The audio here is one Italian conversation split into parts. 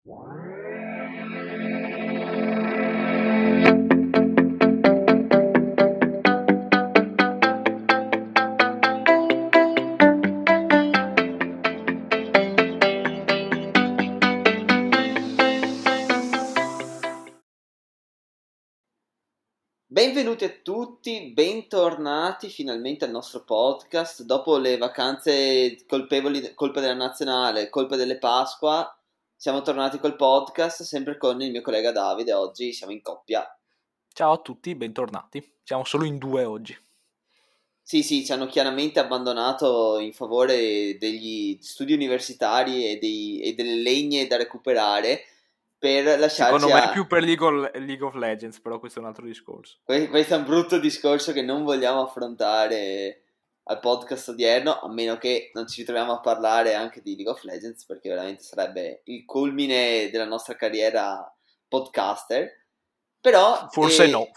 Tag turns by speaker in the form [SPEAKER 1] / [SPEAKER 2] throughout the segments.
[SPEAKER 1] Benvenuti a tutti, bentornati finalmente al nostro podcast. Dopo le vacanze colpe della nazionale, colpe delle Pasqua, siamo tornati col podcast, sempre con il mio collega Davide. Oggi siamo in coppia.
[SPEAKER 2] Ciao a tutti, bentornati. Siamo solo in due oggi.
[SPEAKER 1] Sì, ci hanno chiaramente abbandonato in favore degli studi universitari e delle legne da recuperare per lasciarci
[SPEAKER 2] Secondo me è più per League of Legends, però questo è un altro discorso.
[SPEAKER 1] Questo è un brutto discorso che non vogliamo affrontare al podcast odierno, a meno che non ci ritroviamo a parlare anche di League of Legends, perché veramente sarebbe il culmine della nostra carriera podcaster. Però,
[SPEAKER 2] Forse no.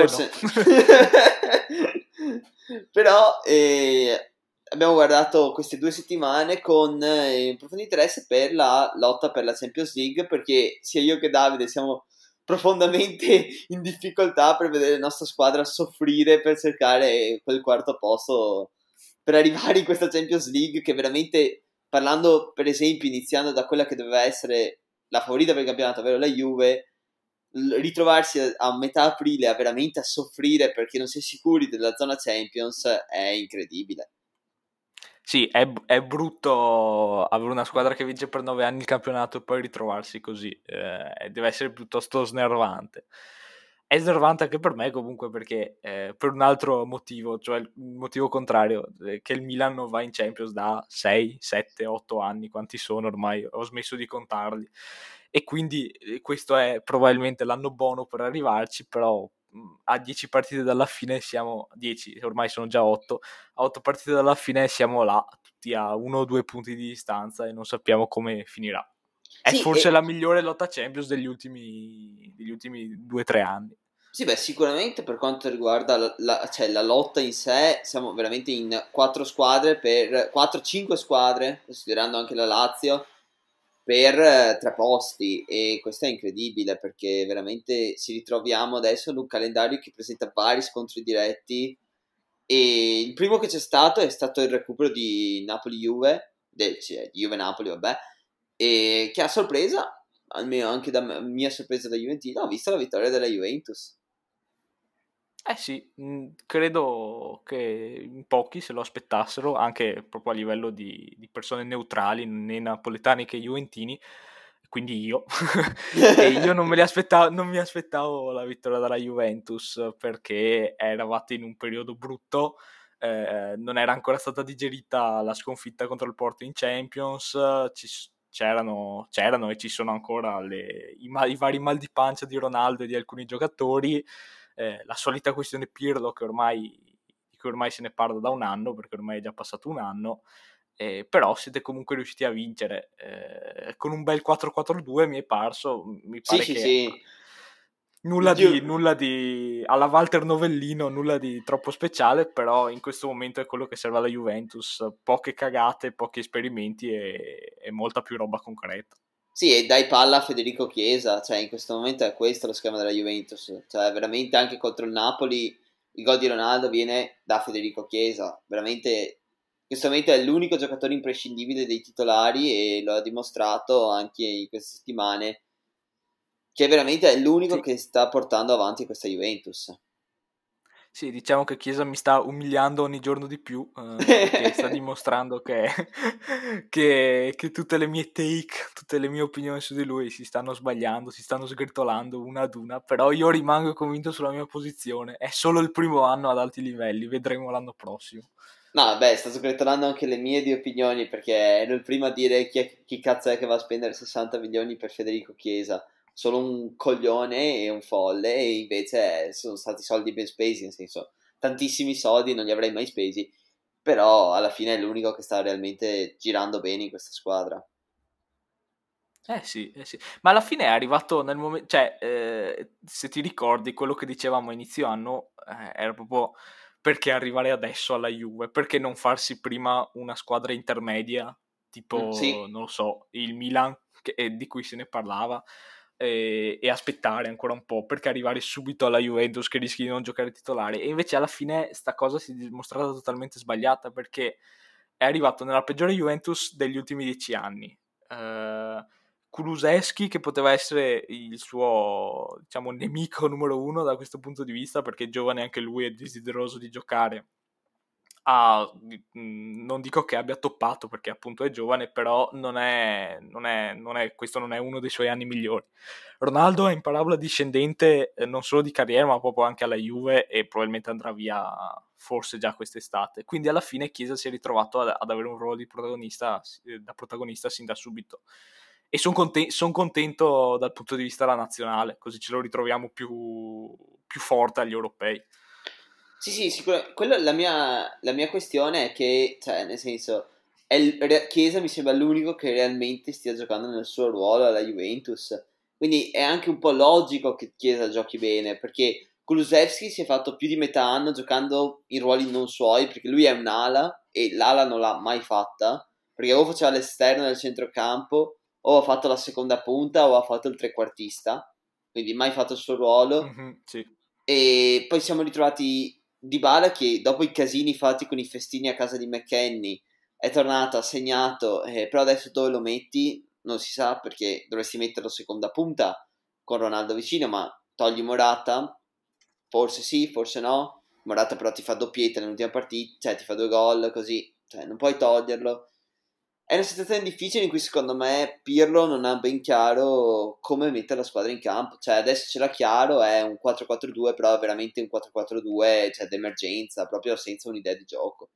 [SPEAKER 1] però abbiamo guardato queste 2 settimane con profondo interesse per la lotta per la Champions League, perché sia io che Davide siamo profondamente in difficoltà per vedere la nostra squadra soffrire per cercare quel quarto posto per arrivare in questa Champions League, che veramente, parlando per esempio iniziando da quella che doveva essere la favorita per il campionato, ovvero la Juve, ritrovarsi a metà aprile veramente a soffrire perché non si è sicuri della zona Champions è incredibile.
[SPEAKER 2] Sì, è brutto avere una squadra che vince per 9 anni il campionato e poi ritrovarsi così. Deve essere piuttosto snervante. È snervante anche per me comunque perché per un altro motivo, cioè il motivo contrario, che il Milan non va in Champions da 6, 7, 8 anni, quanti sono ormai, ho smesso di contarli. E quindi questo è probabilmente l'anno buono per arrivarci, però a 10 partite dalla fine siamo 10, ormai sono già 8, a 8 partite dalla fine siamo là, tutti a 1 o 2 punti di distanza e non sappiamo come finirà. È
[SPEAKER 1] Sì,
[SPEAKER 2] forse la migliore lotta Champions degli ultimi 2-3 anni.
[SPEAKER 1] sì, beh, sicuramente per quanto riguarda cioè, la lotta in sé, siamo veramente in 4-5 squadre, considerando anche la Lazio, per 3 posti, e questo è incredibile perché veramente ci ritroviamo adesso in un calendario che presenta vari scontri diretti, e il primo che c'è stato è stato il recupero di Napoli-Juve, cioè di Juve-Napoli, vabbè, e che a sorpresa, almeno anche da mia sorpresa da Juventino, ho visto la vittoria della Juventus.
[SPEAKER 2] Eh sì, credo che in pochi se lo aspettassero, anche proprio a livello di persone neutrali, né napoletani che juventini, quindi io. E io non mi aspettavo la vittoria della Juventus perché eravate in un periodo brutto, non era ancora stata digerita la sconfitta contro il Porto in Champions, c'erano e ci sono ancora i vari mal di pancia di Ronaldo e di alcuni giocatori, la solita questione Pirlo di cui ormai se ne parla da un anno, perché ormai è già passato un anno, però siete comunque riusciti a vincere con un bel 4-4-2, mi
[SPEAKER 1] Sì,
[SPEAKER 2] pare
[SPEAKER 1] sì,
[SPEAKER 2] che
[SPEAKER 1] sì. Io-
[SPEAKER 2] nulla di alla Walter Novellino, nulla di troppo speciale, però in questo momento è quello che serve alla Juventus, poche cagate, pochi esperimenti e molta più roba concreta.
[SPEAKER 1] Sì, e dai palla a Federico Chiesa, cioè in questo momento è questo lo schema della Juventus, cioè veramente anche contro il Napoli il gol di Ronaldo viene da Federico Chiesa, veramente in questo momento è l'unico giocatore imprescindibile dei titolari, e lo ha dimostrato anche in queste settimane, che veramente è l'unico
[SPEAKER 2] Sì.
[SPEAKER 1] che sta portando avanti questa Juventus.
[SPEAKER 2] Sì, diciamo che Chiesa mi sta umiliando ogni giorno di più, perché sta dimostrando che, che tutte le mie take, tutte le mie opinioni su di lui si stanno sbagliando, si stanno sgretolando una ad una, però io rimango convinto sulla mia posizione. È solo il primo anno ad alti livelli, vedremo l'anno prossimo.
[SPEAKER 1] No, beh, sto sgretolando anche le mie di opinioni, perché ero il primo a dire chi cazzo è che va a spendere 60 milioni per Federico Chiesa. Solo un coglione e un folle, e invece sono stati soldi ben spesi, nel senso, tantissimi soldi non li avrei mai spesi, però alla fine è l'unico che sta realmente girando bene in questa squadra.
[SPEAKER 2] Eh sì, ma alla fine è arrivato nel momento, cioè, se ti ricordi quello che dicevamo a inizio anno, era proprio perché arrivare adesso alla Juve, perché non farsi prima una squadra intermedia, tipo,
[SPEAKER 1] Sì,
[SPEAKER 2] non lo so, il Milan, di cui se ne parlava, e aspettare ancora un po' perché arrivare subito alla Juventus che rischi di non giocare titolare. E invece alla fine sta cosa si è dimostrata totalmente sbagliata, perché è arrivato nella peggiore Juventus degli ultimi 10 anni. Kulusevski, che poteva essere il suo, diciamo, nemico numero uno da questo punto di vista, perché è giovane anche lui, è desideroso di giocare. Non dico che abbia toppato perché appunto è giovane, però questo non è uno dei suoi anni migliori. Ronaldo è in parabola discendente, non solo di carriera ma proprio anche alla Juve, e probabilmente andrà via forse già quest'estate. Quindi alla fine Chiesa si è ritrovato ad avere un ruolo da protagonista sin da subito. E sono contento dal punto di vista della nazionale, così ce lo ritroviamo più forte agli europei.
[SPEAKER 1] Sì, sì, sicuramente. La mia questione è che, cioè, nel senso, Chiesa mi sembra l'unico che realmente stia giocando nel suo ruolo alla Juventus. Quindi è anche un po' logico che Chiesa giochi bene, perché Kulusevski si è fatto più di metà anno giocando in ruoli non suoi, perché lui è un'ala e l'ala non l'ha mai fatta, perché o faceva l'esterno del centrocampo, o ha fatto la seconda punta, o ha fatto il trequartista, quindi mai fatto il suo ruolo.
[SPEAKER 2] Mm-hmm, sì.
[SPEAKER 1] E poi siamo ritrovati Dybala che dopo i casini fatti con i festini a casa di McKennie è tornato, ha segnato, però adesso dove lo metti non si sa, perché dovresti metterlo seconda punta con Ronaldo vicino, ma togli Morata, forse sì, forse no. Morata però ti fa doppietta nell'ultima partita, cioè ti fa 2 gol così, cioè non puoi toglierlo. È una situazione difficile in cui secondo me Pirlo non ha ben chiaro come mettere la squadra in campo. Cioè adesso ce l'ha chiaro, è un 4-4-2, però è veramente un 4-4-2, cioè d'emergenza, proprio senza un'idea di gioco.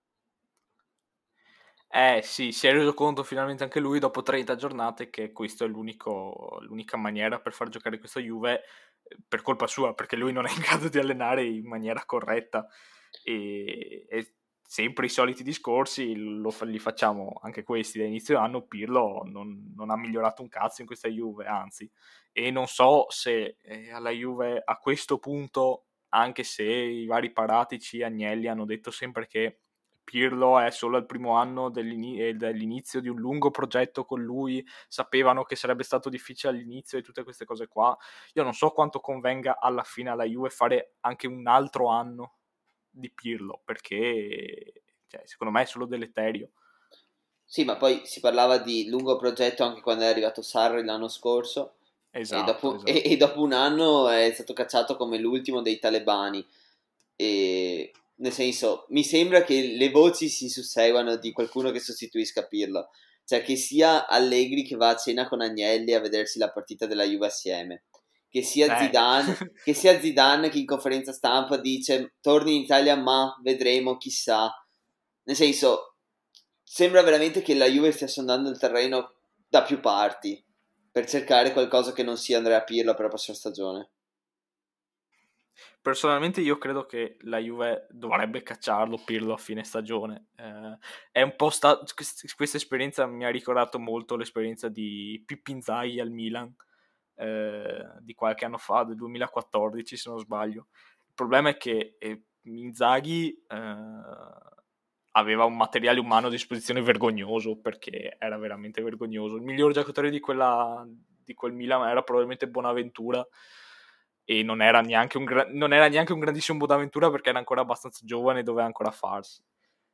[SPEAKER 2] Sì, si è reso conto finalmente anche lui dopo 30 giornate che questa è l'unica maniera per far giocare questa Juve, per colpa sua, perché lui non è in grado di allenare in maniera corretta, e sempre i soliti discorsi li facciamo anche questi da inizio anno. Pirlo non ha migliorato un cazzo in questa Juve, anzi, e non so se alla Juve a questo punto, anche se i vari Paratici e Agnelli hanno detto sempre che Pirlo è solo al primo anno dell'inizio di un lungo progetto con lui, sapevano che sarebbe stato difficile all'inizio e tutte queste cose qua. Io non so quanto convenga alla fine alla Juve fare anche un altro anno di Pirlo, perché cioè, secondo me è solo deleterio.
[SPEAKER 1] Sì, ma poi si parlava di lungo progetto anche quando è arrivato Sarri l'anno scorso e
[SPEAKER 2] Esatto,
[SPEAKER 1] dopo,
[SPEAKER 2] esatto.
[SPEAKER 1] e dopo un anno è stato cacciato come l'ultimo dei talebani. E nel senso, mi sembra che le voci si susseguano di qualcuno che sostituisca Pirlo, cioè che sia Allegri che va a cena con Agnelli a vedersi la partita della Juve assieme, che sia
[SPEAKER 2] Eh.
[SPEAKER 1] Zidane che in conferenza stampa dice torni in Italia ma vedremo, chissà. Nel senso, sembra veramente che la Juve stia sondando il terreno da più parti per cercare qualcosa che non sia Andrea Pirlo per la prossima stagione.
[SPEAKER 2] Personalmente io credo che la Juve dovrebbe cacciarlo Pirlo a fine stagione. È un po' questa esperienza mi ha ricordato molto l'esperienza di Pippo Inzaghi al Milan, di qualche anno fa, del 2014 se non sbaglio. Il problema è che Inzaghi aveva un materiale umano a disposizione vergognoso, perché era veramente vergognoso. Il miglior giocatore di quel Milan era probabilmente Bonaventura, e non era neanche un grandissimo Bonaventura, perché era ancora abbastanza giovane e doveva ancora farsi.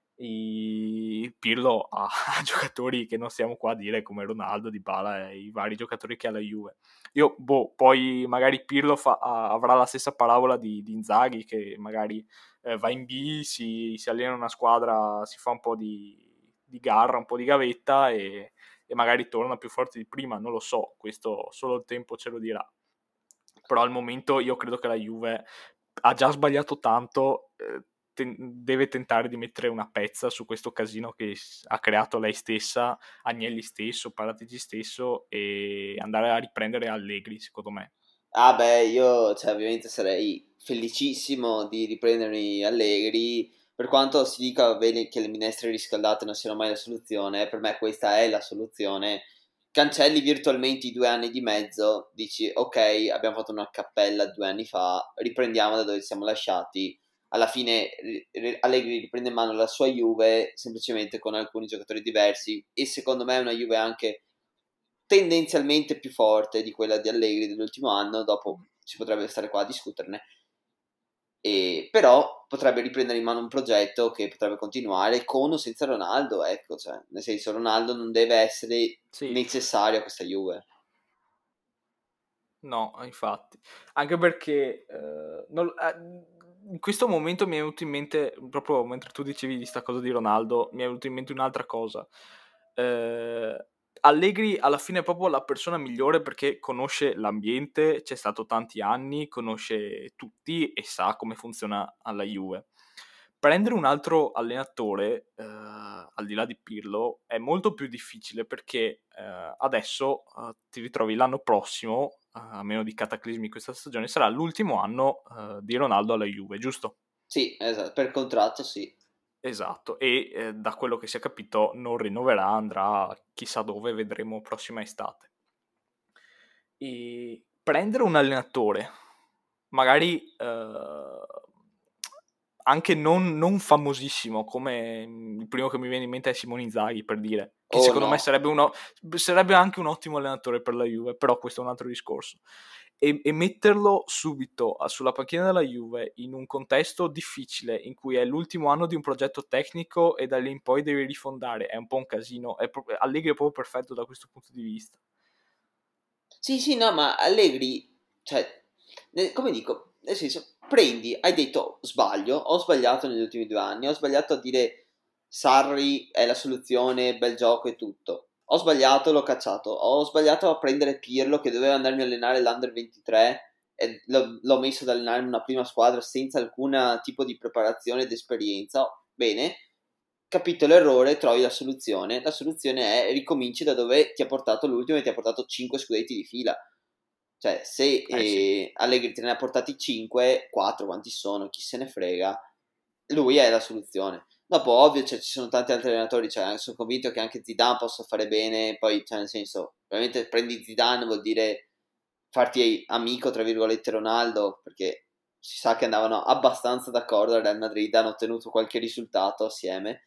[SPEAKER 2] Pirlo ha, ha giocatori che non stiamo qua a dire, come Ronaldo, Dybala e i vari giocatori che ha la Juve. Poi magari Pirlo avrà la stessa parabola di Inzaghi, che magari va in B, si allena in una squadra, si fa un po' di garra, un po' di gavetta, e magari torna più forte di prima, non lo so, questo solo il tempo ce lo dirà. Però al momento io credo che la Juve ha già sbagliato tanto, deve tentare di mettere una pezza su questo casino che ha creato lei stessa, Agnelli stesso, Paratici stesso, e andare a riprendere Allegri, secondo me.
[SPEAKER 1] Ah beh, io cioè, ovviamente sarei felicissimo di riprendermi Allegri, per quanto si dica bene che le minestre riscaldate non siano mai la soluzione, per me questa è la soluzione. Cancelli virtualmente i 2 anni di mezzo, dici ok, abbiamo fatto una cappella 2 anni fa, riprendiamo da dove siamo lasciati. Alla fine Allegri riprende in mano la sua Juve semplicemente con alcuni giocatori diversi, e secondo me è una Juve anche tendenzialmente più forte di quella di Allegri dell'ultimo anno, dopo si potrebbe stare qua a discuterne, però potrebbe riprendere in mano un progetto che potrebbe continuare con o senza Ronaldo, ecco, cioè, nel senso Ronaldo non deve essere
[SPEAKER 2] Sì.
[SPEAKER 1] necessario a questa Juve.
[SPEAKER 2] No, infatti. Anche perché in questo momento mi è venuto in mente, proprio mentre tu dicevi di sta cosa di Ronaldo, mi è venuto in mente un'altra cosa. Allegri alla fine è proprio la persona migliore perché conosce l'ambiente, c'è stato tanti anni, conosce tutti e sa come funziona alla Juve. Prendere un altro allenatore, al di là di Pirlo, è molto più difficile perché adesso ti ritrovi l'anno prossimo, a meno di cataclismi questa stagione, sarà l'ultimo anno di Ronaldo alla Juve, giusto?
[SPEAKER 1] Sì, esatto, per contratto sì.
[SPEAKER 2] Esatto, e da quello che si è capito non rinnoverà, andrà chissà dove, vedremo prossima estate. E prendere un allenatore, magari anche non famosissimo, come il primo che mi viene in mente è Simone Inzaghi, per dire, che
[SPEAKER 1] Oh
[SPEAKER 2] secondo me
[SPEAKER 1] no.
[SPEAKER 2] sarebbe anche un ottimo allenatore per la Juve, però questo è un altro discorso. E metterlo subito sulla panchina della Juve in un contesto difficile in cui è l'ultimo anno di un progetto tecnico e da lì in poi devi rifondare, è un po' un casino. Allegri è proprio perfetto da questo punto di vista.
[SPEAKER 1] Sì, sì, no, ma Allegri, cioè, come dico, nel senso, prendi, hai detto sbaglio, ho sbagliato negli ultimi 2 anni, ho sbagliato a dire Sarri è la soluzione, bel gioco e tutto. Ho sbagliato, l'ho cacciato. Ho sbagliato a prendere Pirlo che doveva andarmi a allenare l'Under 23 e l'ho messo ad allenare in una prima squadra senza alcun tipo di preparazione ed esperienza. Bene, capito l'errore, trovi la soluzione. La soluzione è ricominci da dove ti ha portato l'ultimo e ti ha portato 5 scudetti di fila. Cioè, se
[SPEAKER 2] Sì.
[SPEAKER 1] Allegri te ne ha portati 5, 4 quanti sono, chi se ne frega, lui è la soluzione. Dopo, ovvio, cioè, ci sono tanti altri allenatori, cioè, sono convinto che anche Zidane possa fare bene, poi, cioè, nel senso, ovviamente prendi Zidane vuol dire farti amico, tra virgolette, Ronaldo, perché si sa che andavano abbastanza d'accordo al Real Madrid, hanno ottenuto qualche risultato assieme,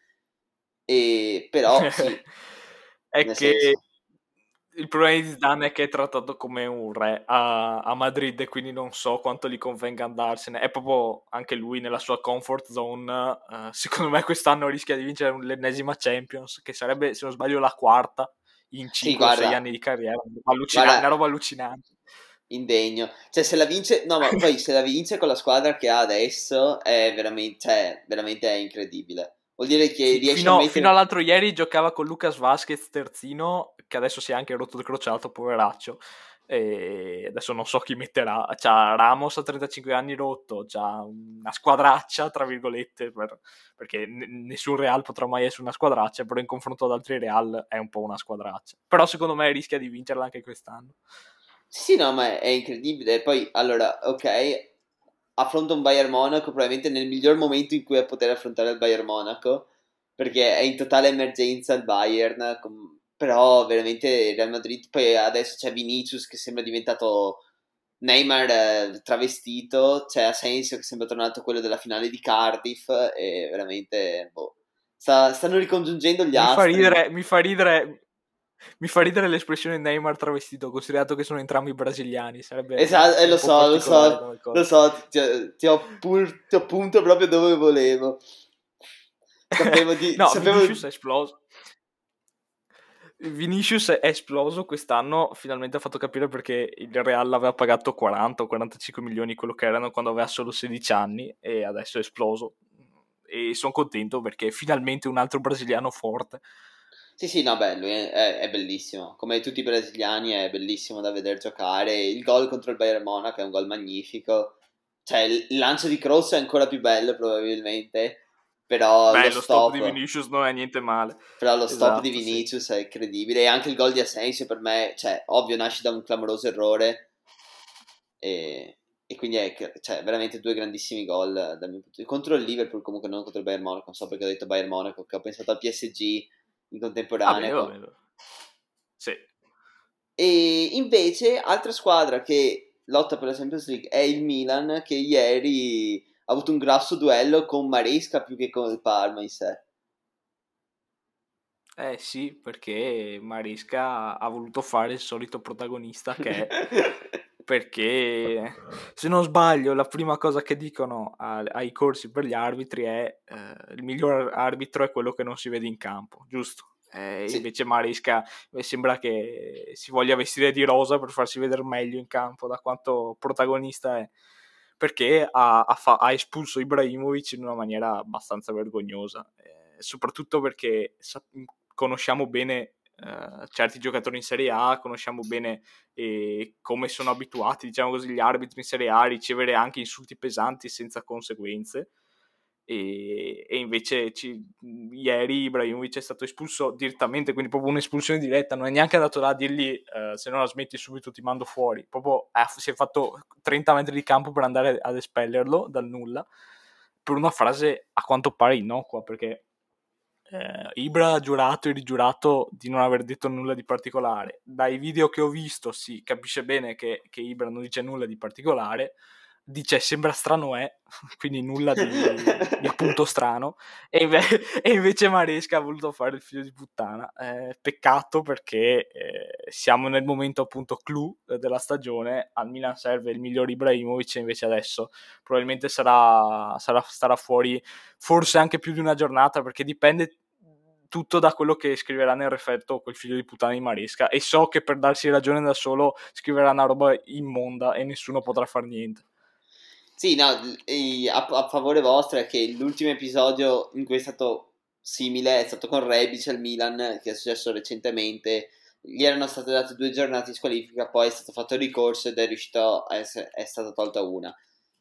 [SPEAKER 1] e però sì,
[SPEAKER 2] È
[SPEAKER 1] nel
[SPEAKER 2] che
[SPEAKER 1] senso,
[SPEAKER 2] il problema di Zidane è che è trattato come un re a Madrid e quindi non so quanto gli convenga andarsene. È proprio anche lui nella sua comfort zone. Secondo me quest'anno rischia di vincere l'ennesima Champions, che sarebbe, se non sbaglio, la quarta in
[SPEAKER 1] sì,
[SPEAKER 2] 5 o 6
[SPEAKER 1] guarda,
[SPEAKER 2] anni di carriera.
[SPEAKER 1] guarda,
[SPEAKER 2] Una roba allucinante.
[SPEAKER 1] indegno. Cioè, se la vince, no, ma poi se la vince con la squadra che ha adesso è veramente, cioè, veramente è incredibile. Vuol dire che
[SPEAKER 2] Sì,
[SPEAKER 1] riesce a
[SPEAKER 2] fino
[SPEAKER 1] mettere.
[SPEAKER 2] all'altro ieri giocava con Lucas Vasquez terzino, che adesso si è anche rotto il crociato, poveraccio. E adesso non so chi metterà. C'ha Ramos a 35 anni rotto, c'ha una squadraccia, tra virgolette, perché nessun Real potrà mai essere una squadraccia, però in confronto ad altri Real è un po' una squadraccia. Però secondo me rischia di vincerla anche quest'anno.
[SPEAKER 1] Sì, no, ma è incredibile. E poi, allora, ok, affronta un Bayern Monaco probabilmente nel miglior momento in cui poter affrontare il Bayern Monaco, perché è in totale emergenza il Bayern, però veramente il Real Madrid, poi adesso c'è Vinicius che sembra diventato Neymar travestito, c'è Asensio che sembra tornato quello della finale di Cardiff, e veramente, boh, stanno ricongiungendo gli
[SPEAKER 2] Mi fa
[SPEAKER 1] astri.
[SPEAKER 2] ridere, mi fa ridere, mi fa ridere l'espressione Neymar travestito, considerato che sono entrambi brasiliani, sarebbe
[SPEAKER 1] Esatto,
[SPEAKER 2] un po' particolare come
[SPEAKER 1] lo
[SPEAKER 2] cosa.
[SPEAKER 1] so, ti ho punto proprio dove volevo.
[SPEAKER 2] No,
[SPEAKER 1] Sapevo.
[SPEAKER 2] Vinicius è esploso quest'anno, finalmente ha fatto capire perché il Real l'aveva pagato 40 o 45 milioni, quello che erano quando aveva solo 16 anni, e adesso è esploso. E sono contento perché finalmente un altro brasiliano forte.
[SPEAKER 1] Sì, sì, no, beh, lui è bellissimo. Come tutti i brasiliani è bellissimo da vedere giocare. Il gol contro il Bayern Monaco è un gol magnifico. Cioè, il lancio di Kroos è ancora più bello probabilmente, però lo
[SPEAKER 2] Beh, lo stop di
[SPEAKER 1] stop,
[SPEAKER 2] Vinicius non è niente male.
[SPEAKER 1] però lo stop di
[SPEAKER 2] Esatto, sì.
[SPEAKER 1] Vinicius è incredibile. E anche il gol di Asensio per me, cioè, ovvio, nasce da un clamoroso errore. E quindi cioè, veramente due grandissimi gol dal mio punto di vista. Contro il Liverpool, comunque non contro il Bayern Monaco. Non so perché ho detto Bayern Monaco, che ho pensato al PSG in
[SPEAKER 2] Va
[SPEAKER 1] contemporanea.
[SPEAKER 2] bene, va bene. Sì.
[SPEAKER 1] E invece, altra squadra che lotta per la Champions League è il Milan, che ieri ha avuto un grasso duello con Maresca più che con il Parma in sé.
[SPEAKER 2] Eh sì, perché Maresca ha voluto fare il solito protagonista che è, perché se non sbaglio la prima cosa che dicono ai corsi per gli arbitri è il miglior arbitro è quello che non si vede in campo, giusto?
[SPEAKER 1] Sì.
[SPEAKER 2] Invece Maresca sembra che si voglia vestire di rosa per farsi vedere meglio in campo da quanto protagonista è, perché ha espulso Ibrahimovic in una maniera abbastanza vergognosa, soprattutto perché conosciamo bene certi giocatori in Serie A, conosciamo bene come sono abituati, diciamo così, gli arbitri in Serie A a ricevere anche insulti pesanti senza conseguenze. E invece ieri Ibrahimovic è stato espulso direttamente, quindi proprio un'espulsione diretta, non è neanche andato là a dirgli se non la smetti subito ti mando fuori, proprio si è fatto 30 metri di campo per andare ad espellerlo dal nulla per una frase a quanto pare innocua, perché Ibra ha giurato e rigiurato di non aver detto nulla di particolare. Dai video che ho visto si capisce bene che Ibra non dice nulla di particolare, dice sembra strano quindi nulla di appunto strano, e invece Maresca ha voluto fare il figlio di puttana. Peccato, perché siamo nel momento appunto clou della stagione, al Milan serve il miglior Ibrahimovic, e invece adesso probabilmente starà fuori forse anche più di una giornata, perché dipende tutto da quello che scriverà nel referto quel figlio di puttana di Maresca, e so che per darsi ragione da solo scriverà una roba immonda e nessuno potrà far niente.
[SPEAKER 1] Sì, no, a favore vostro è che l'ultimo episodio in cui è stato simile è stato con Rebic al Milan, che è successo recentemente. Gli erano state date 2 giornate di squalifica, poi è stato fatto il ricorso ed è riuscito è stata tolta una.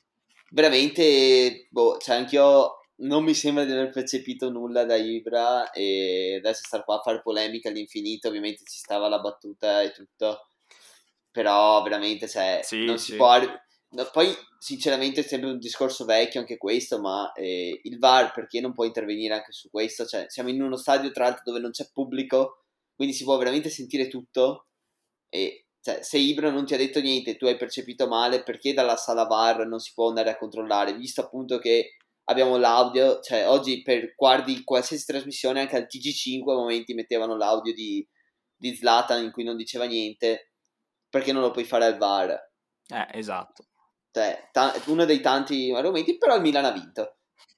[SPEAKER 1] Veramente, boh, cioè anch'io non mi sembra di aver percepito nulla da Ibra, e adesso star qua a fare polemica all'infinito, ovviamente ci stava la battuta e tutto, però veramente, cioè,
[SPEAKER 2] Sì,
[SPEAKER 1] non si
[SPEAKER 2] sì.
[SPEAKER 1] può... No, poi sinceramente è sempre un discorso vecchio anche questo, ma il VAR perché non può intervenire anche su questo? Cioè, siamo in uno stadio tra l'altro dove non c'è pubblico, quindi si può veramente sentire tutto, e cioè, se Ibra non ti ha detto niente, tu hai percepito male, perché dalla sala VAR non si può andare a controllare, visto appunto che abbiamo l'audio, cioè oggi guardi qualsiasi trasmissione, anche al TG5 a momenti mettevano l'audio di Zlatan in cui non diceva niente, perché non lo puoi fare al VAR?
[SPEAKER 2] Esatto.
[SPEAKER 1] Cioè, uno dei tanti argomenti, però il Milan ha vinto.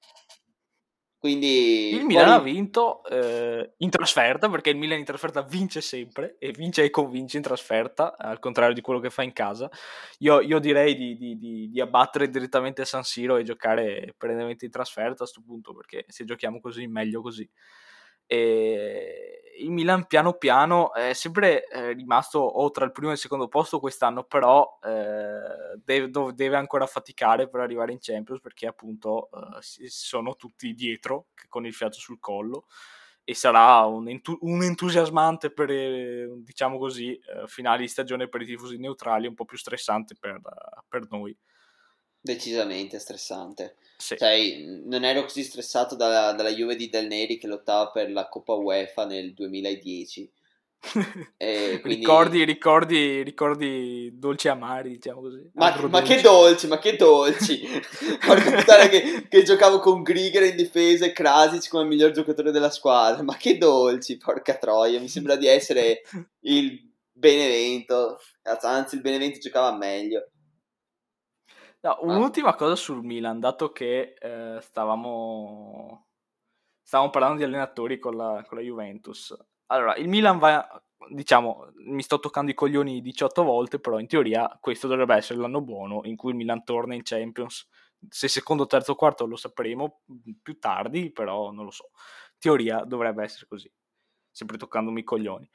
[SPEAKER 2] Il
[SPEAKER 1] Quindi
[SPEAKER 2] Milan ha
[SPEAKER 1] fuori...
[SPEAKER 2] vinto in trasferta, perché il Milan in trasferta vince sempre, e vince e convince in trasferta, al contrario di quello che fa in casa. Io direi di abbattere direttamente San Siro e giocare perennemente in trasferta a questo punto, perché se giochiamo così meglio così. E il Milan piano piano è sempre rimasto o tra il primo e il secondo posto quest'anno, però deve ancora faticare per arrivare in Champions, perché appunto sono tutti dietro con il fiato sul collo, e sarà un entusiasmante diciamo così, finale di stagione per i tifosi neutrali, un po' più stressante per noi.
[SPEAKER 1] Decisamente stressante.
[SPEAKER 2] Sì.
[SPEAKER 1] Cioè, non ero così stressato dalla Juve di Del Neri che lottava per la Coppa UEFA nel 2010. E quindi...
[SPEAKER 2] ricordi dolci e amari, diciamo così,
[SPEAKER 1] Ma che
[SPEAKER 2] agrodolci.
[SPEAKER 1] dolci, ma che dolci! Porca puttana che giocavo con Grigor in difesa e Krasic come miglior giocatore della squadra. Ma che dolci, porca troia. Mi sembra di essere il Benevento. Anzi, il Benevento giocava meglio.
[SPEAKER 2] No,
[SPEAKER 1] Ma
[SPEAKER 2] un'ultima cosa sul Milan, dato che stavamo parlando di allenatori con la Juventus. Allora, il Milan va, diciamo, mi sto toccando i coglioni 18 volte, però in teoria questo dovrebbe essere l'anno buono in cui il Milan torna in Champions. Se secondo, terzo, quarto lo sapremo più tardi, però non lo so. In teoria dovrebbe essere così, sempre toccandomi i coglioni.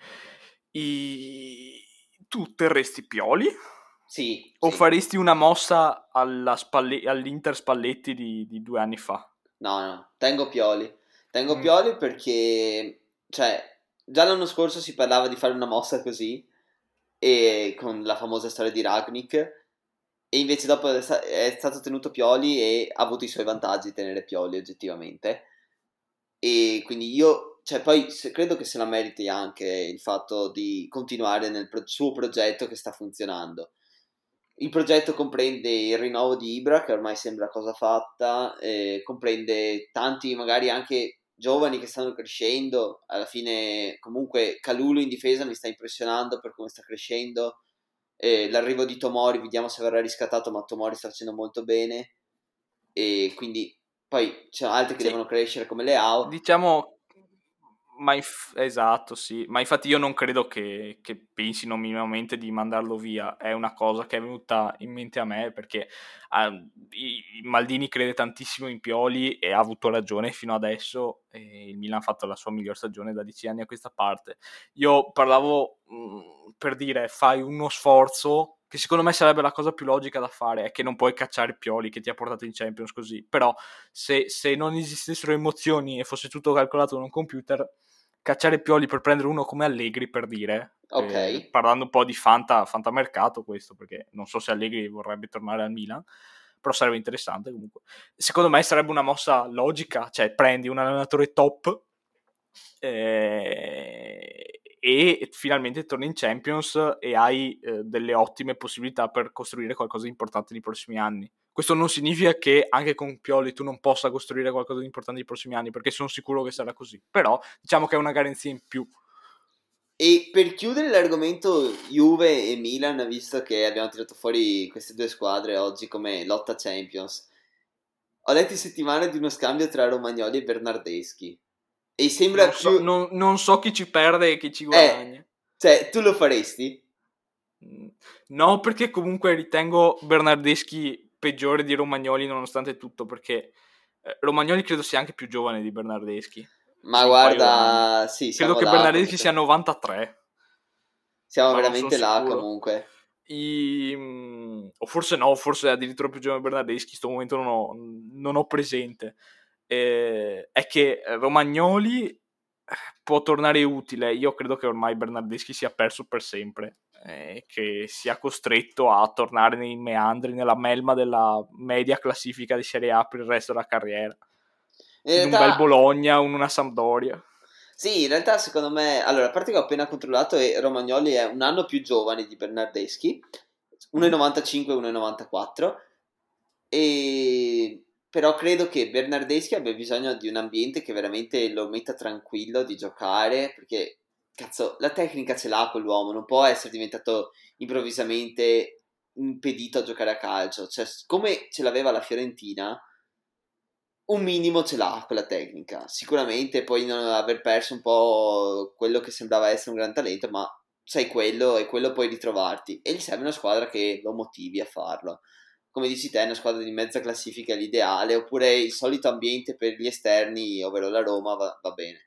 [SPEAKER 2] Tu terresti Pioli?
[SPEAKER 1] sì,
[SPEAKER 2] O
[SPEAKER 1] sì.
[SPEAKER 2] faresti una mossa all'Inter Spalletti di 2 anni fa?
[SPEAKER 1] No, no, tengo Pioli. Tengo
[SPEAKER 2] Mm.
[SPEAKER 1] Pioli perché, cioè, già l'anno scorso si parlava di fare una mossa così, e con la famosa storia di Ragnik, e invece dopo è stato tenuto Pioli e ha avuto i suoi vantaggi tenere Pioli oggettivamente. E quindi io, cioè, poi credo che se la meriti anche il fatto di continuare nel suo progetto che sta funzionando. Il progetto comprende il rinnovo di Ibra, che ormai sembra cosa fatta, comprende tanti magari anche giovani che stanno crescendo. Alla fine comunque Kalulu in difesa mi sta impressionando per come sta crescendo. L'arrivo di Tomori, vediamo se verrà riscattato, ma Tomori sta facendo molto bene, e quindi poi ci sono altri che
[SPEAKER 2] Sì,
[SPEAKER 1] devono crescere come Leao.
[SPEAKER 2] diciamo, esatto, sì, ma infatti io non credo che pensino minimamente di mandarlo via, è una cosa che è venuta in mente a me perché Maldini crede tantissimo in Pioli e ha avuto ragione fino adesso, e il Milan ha fatto la sua miglior stagione da 10 anni a questa parte. Io parlavo per dire, fai uno sforzo, che secondo me sarebbe la cosa più logica da fare, è che non puoi cacciare Pioli che ti ha portato in Champions così, però se non esistessero emozioni e fosse tutto calcolato da un computer, cacciare Pioli per prendere uno come Allegri, per dire,
[SPEAKER 1] Ok.
[SPEAKER 2] parlando un po' di fantamercato questo, perché non so se Allegri vorrebbe tornare al Milan, però sarebbe interessante comunque. Secondo me sarebbe una mossa logica, cioè prendi un allenatore top e finalmente torni in Champions e hai delle ottime possibilità per costruire qualcosa di importante nei prossimi anni. Questo non significa che anche con Pioli tu non possa costruire qualcosa di importante nei prossimi anni, perché sono sicuro che sarà così, però diciamo che è una garanzia in più.
[SPEAKER 1] E per chiudere l'argomento Juve e Milan, visto che abbiamo tirato fuori queste due squadre oggi come lotta Champions, ho letto in settimana di uno scambio tra Romagnoli e Bernardeschi e sembra più...
[SPEAKER 2] Non so chi ci perde e chi ci
[SPEAKER 1] Eh,
[SPEAKER 2] guadagna.
[SPEAKER 1] cioè, tu lo faresti?
[SPEAKER 2] No, perché comunque ritengo Bernardeschi peggiore di Romagnoli nonostante tutto, perché Romagnoli credo sia anche più giovane di Bernardeschi
[SPEAKER 1] Ma
[SPEAKER 2] di un paio d'anni.
[SPEAKER 1] guarda, sì,
[SPEAKER 2] Credo
[SPEAKER 1] siamo
[SPEAKER 2] che
[SPEAKER 1] là
[SPEAKER 2] Bernardeschi sia
[SPEAKER 1] comunque.
[SPEAKER 2] 93,
[SPEAKER 1] Siamo
[SPEAKER 2] ma non sono
[SPEAKER 1] veramente là
[SPEAKER 2] sicuro.
[SPEAKER 1] comunque.
[SPEAKER 2] O forse no, forse è addirittura più giovane Bernardeschi, in questo momento non ho presente. È che Romagnoli può tornare utile. Io credo che ormai Bernardeschi sia perso per sempre, che sia costretto a tornare nei meandri, nella melma della media classifica di Serie A per il resto della carriera.
[SPEAKER 1] In
[SPEAKER 2] In un bel
[SPEAKER 1] realtà,
[SPEAKER 2] Bologna, in una Sampdoria.
[SPEAKER 1] sì, in realtà secondo me... Allora, a parte che ho appena controllato e Romagnoli è un anno più giovane di Bernardeschi,
[SPEAKER 2] Mm.
[SPEAKER 1] 1,95 e 1,94, e... però credo che Bernardeschi abbia bisogno di un ambiente che veramente lo metta tranquillo di giocare, perché, cazzo, la tecnica ce l'ha quell'uomo, non può essere diventato improvvisamente impedito a giocare a calcio, cioè, come ce l'aveva la Fiorentina, un minimo ce l'ha quella tecnica. Sicuramente poi non aver perso un po' quello che sembrava essere un gran talento, ma sai quello e quello puoi ritrovarti. E gli serve una squadra che lo motivi a farlo. Come dici te, una squadra di mezza classifica è l'ideale, oppure il solito ambiente per gli esterni, ovvero la Roma, va bene.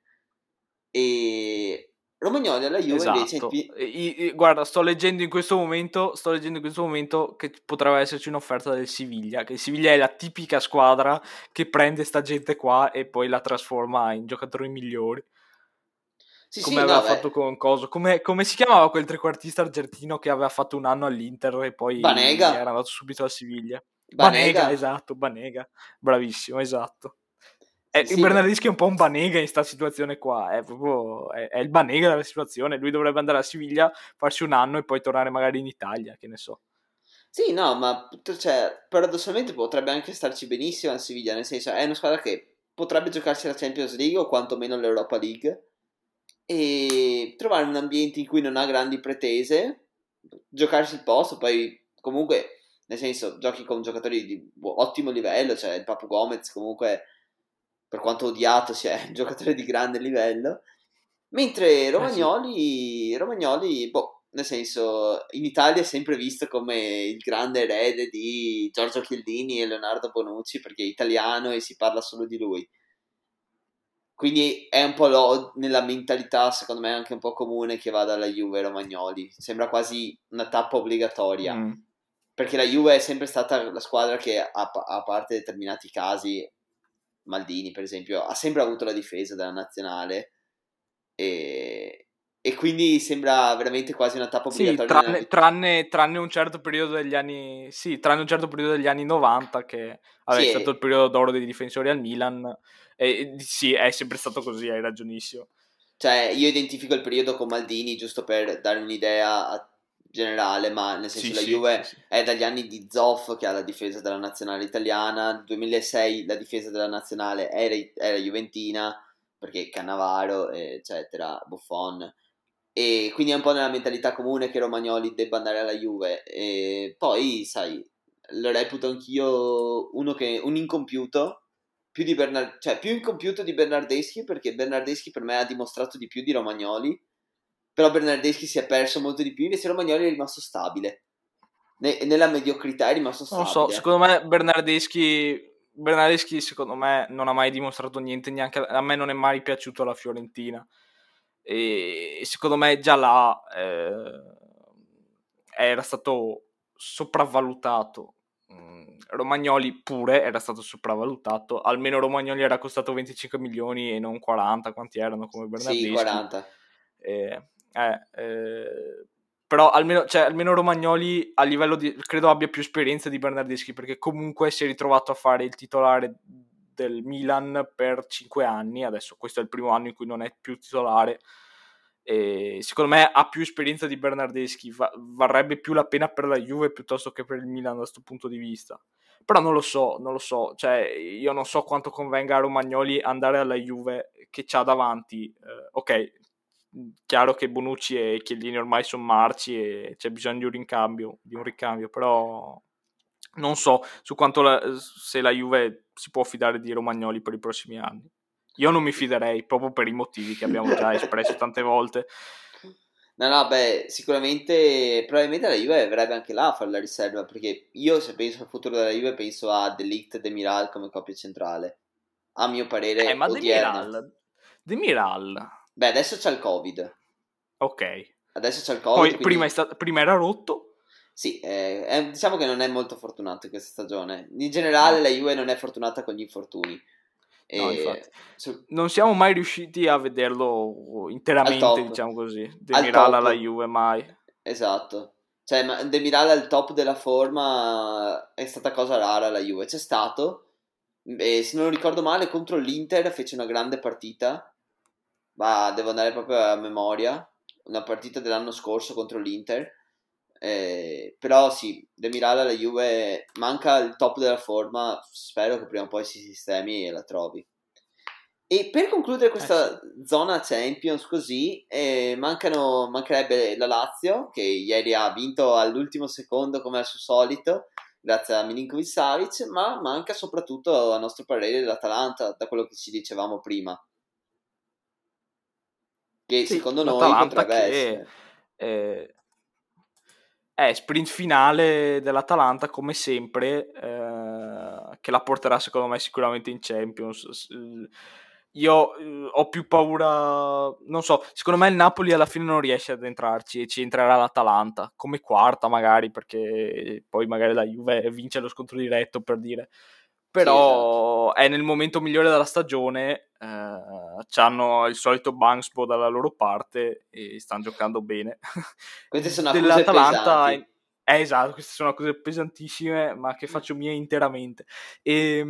[SPEAKER 1] E Romagnoli alla Juve invece è
[SPEAKER 2] Esatto. Guarda, sto leggendo in questo momento che potrebbe esserci un'offerta del Siviglia, che il Siviglia è la tipica squadra che prende sta gente qua e poi la trasforma in giocatori migliori.
[SPEAKER 1] Sì,
[SPEAKER 2] Come
[SPEAKER 1] sì,
[SPEAKER 2] aveva
[SPEAKER 1] no, beh,
[SPEAKER 2] fatto con Coso. Come si chiamava quel trequartista argentino che aveva fatto un anno all'Inter e poi
[SPEAKER 1] Banega,
[SPEAKER 2] era andato subito al Siviglia?
[SPEAKER 1] Banega,
[SPEAKER 2] Banega, esatto, Banega. Bravissimo, esatto.
[SPEAKER 1] sì,
[SPEAKER 2] Il
[SPEAKER 1] sì,
[SPEAKER 2] Bernardeschi è un po' un Banega in sta situazione qua, è proprio è il Banega della situazione. Lui dovrebbe andare a Siviglia, farsi un anno e poi tornare magari in Italia, che ne so.
[SPEAKER 1] sì, no, ma cioè, paradossalmente potrebbe anche starci benissimo al Siviglia, nel senso è una squadra che potrebbe giocarsi la Champions League o quantomeno l'Europa League e trovare un ambiente in cui non ha grandi pretese, giocarsi il posto, poi comunque, nel senso, giochi con giocatori di ottimo livello, cioè il Papu Gomez comunque, per quanto odiato sia, è un giocatore di grande livello, mentre
[SPEAKER 2] Sì.
[SPEAKER 1] Romagnoli, boh, nel senso, in Italia è sempre visto come il grande erede di Giorgio Chiellini e Leonardo Bonucci perché è italiano e si parla solo di lui. Quindi è un po' nella mentalità, secondo me, anche un po' comune che vada alla Juve Romagnoli. Sembra quasi una tappa obbligatoria.
[SPEAKER 2] Mm.
[SPEAKER 1] Perché la Juve è sempre stata la squadra che, a parte determinati casi, Maldini per esempio, ha sempre avuto la difesa della nazionale e quindi sembra veramente quasi una tappa
[SPEAKER 2] Sì,
[SPEAKER 1] obbligatoria nella vita.
[SPEAKER 2] tranne un certo periodo degli anni. Sì, tranne un certo periodo degli anni 90, che vabbè,
[SPEAKER 1] Sì,
[SPEAKER 2] è stato il periodo d'oro dei difensori al Milan. Sì, è sempre stato così, hai ragionissimo.
[SPEAKER 1] cioè io identifico il periodo con Maldini giusto per dare un'idea generale, ma nel senso
[SPEAKER 2] Sì,
[SPEAKER 1] la
[SPEAKER 2] sì, sì,
[SPEAKER 1] Juve
[SPEAKER 2] sì.
[SPEAKER 1] è dagli anni di Zoff che ha la difesa della nazionale italiana, nel 2006 la difesa della nazionale era juventina, perché Cannavaro, eccetera, Buffon, e quindi è un po' nella mentalità comune che Romagnoli debba andare alla Juve. E poi, sai, lo reputo anch'io un incompiuto, cioè più incompiuto di Bernardeschi, perché Bernardeschi per me ha dimostrato di più di Romagnoli, però Bernardeschi si è perso molto di più, invece Romagnoli è rimasto stabile. Nella mediocrità è rimasto
[SPEAKER 2] Non lo so,
[SPEAKER 1] stabile.
[SPEAKER 2] secondo me Bernardeschi secondo me non ha mai dimostrato niente, neanche a me non è mai piaciuto la Fiorentina. E secondo me già là era stato sopravvalutato. Romagnoli pure era stato sopravvalutato, almeno Romagnoli era costato 25 milioni e non 40, quanti erano come
[SPEAKER 1] Sì,
[SPEAKER 2] Bernardeschi.
[SPEAKER 1] 40.
[SPEAKER 2] Eh, però almeno Romagnoli a livello di credo abbia più esperienza di Bernardeschi, perché comunque si è ritrovato a fare il titolare del Milan per 5 anni, adesso questo è il primo anno in cui non è più titolare, e secondo me ha più esperienza di Bernardeschi, varrebbe più la pena per la Juve piuttosto che per il Milan da questo punto di vista. Però non lo so, cioè io non so quanto convenga a Romagnoli andare alla Juve che c'ha davanti, ok, chiaro che Bonucci e Chiellini ormai sono marci e c'è bisogno di un ricambio, però non so su quanto se la Juve si può fidare di Romagnoli per i prossimi anni. Io non mi fiderei proprio per i motivi che abbiamo già espresso tante volte.
[SPEAKER 1] No, no, beh, sicuramente, probabilmente la Juve verrebbe anche là a fare la riserva, perché io se penso al futuro della Juve penso a De Ligt e Demiral come coppia centrale, a mio parere
[SPEAKER 2] Ma
[SPEAKER 1] odierno.
[SPEAKER 2] Demiral,
[SPEAKER 1] Beh, adesso c'è il Covid,
[SPEAKER 2] ok.
[SPEAKER 1] adesso c'è il Covid,
[SPEAKER 2] Poi prima,
[SPEAKER 1] quindi
[SPEAKER 2] prima era rotto.
[SPEAKER 1] sì, diciamo che non è molto fortunato in questa stagione. In generale
[SPEAKER 2] No,
[SPEAKER 1] la Juve non è fortunata con gli infortuni.
[SPEAKER 2] no, infatti.
[SPEAKER 1] E,
[SPEAKER 2] Non siamo mai riusciti a vederlo
[SPEAKER 1] al
[SPEAKER 2] interamente,
[SPEAKER 1] top,
[SPEAKER 2] diciamo così.
[SPEAKER 1] al
[SPEAKER 2] Demiral alla
[SPEAKER 1] top,
[SPEAKER 2] Juve mai.
[SPEAKER 1] esatto. Cioè, Demiral al top della forma è stata cosa rara alla Juve. C'è stato, e se non ricordo male, contro l'Inter fece una grande partita, ma devo andare proprio a memoria, una partita dell'anno scorso contro l'Inter. Però sì, Demiral alla Juve manca il top della forma, spero che prima o poi si sistemi e la trovi. E per concludere
[SPEAKER 2] Sì.
[SPEAKER 1] questa zona Champions così, mancherebbe la Lazio, che ieri ha vinto all'ultimo secondo come al suo solito, grazie a Milinkovic-Savic, ma manca soprattutto, a nostro parere, l'Atalanta, da quello che ci dicevamo prima, che
[SPEAKER 2] Sì,
[SPEAKER 1] secondo noi
[SPEAKER 2] l'Atalanta
[SPEAKER 1] potrebbe
[SPEAKER 2] che
[SPEAKER 1] essere.
[SPEAKER 2] è sprint finale dell'Atalanta come sempre, che la porterà secondo me sicuramente in Champions. Io ho più paura, non so, secondo me il Napoli alla fine non riesce ad entrarci e ci entrerà l'Atalanta come quarta magari, perché poi magari la Juve vince lo scontro diretto, per dire.
[SPEAKER 1] Sì, esatto.
[SPEAKER 2] Però è nel momento migliore della stagione, hanno il solito Bangsbo dalla loro parte e stanno giocando bene.
[SPEAKER 1] Queste sono accuse
[SPEAKER 2] Dell'Atalanta,
[SPEAKER 1] pesanti.
[SPEAKER 2] esatto, queste sono cose pesantissime, ma che faccio mie interamente. E,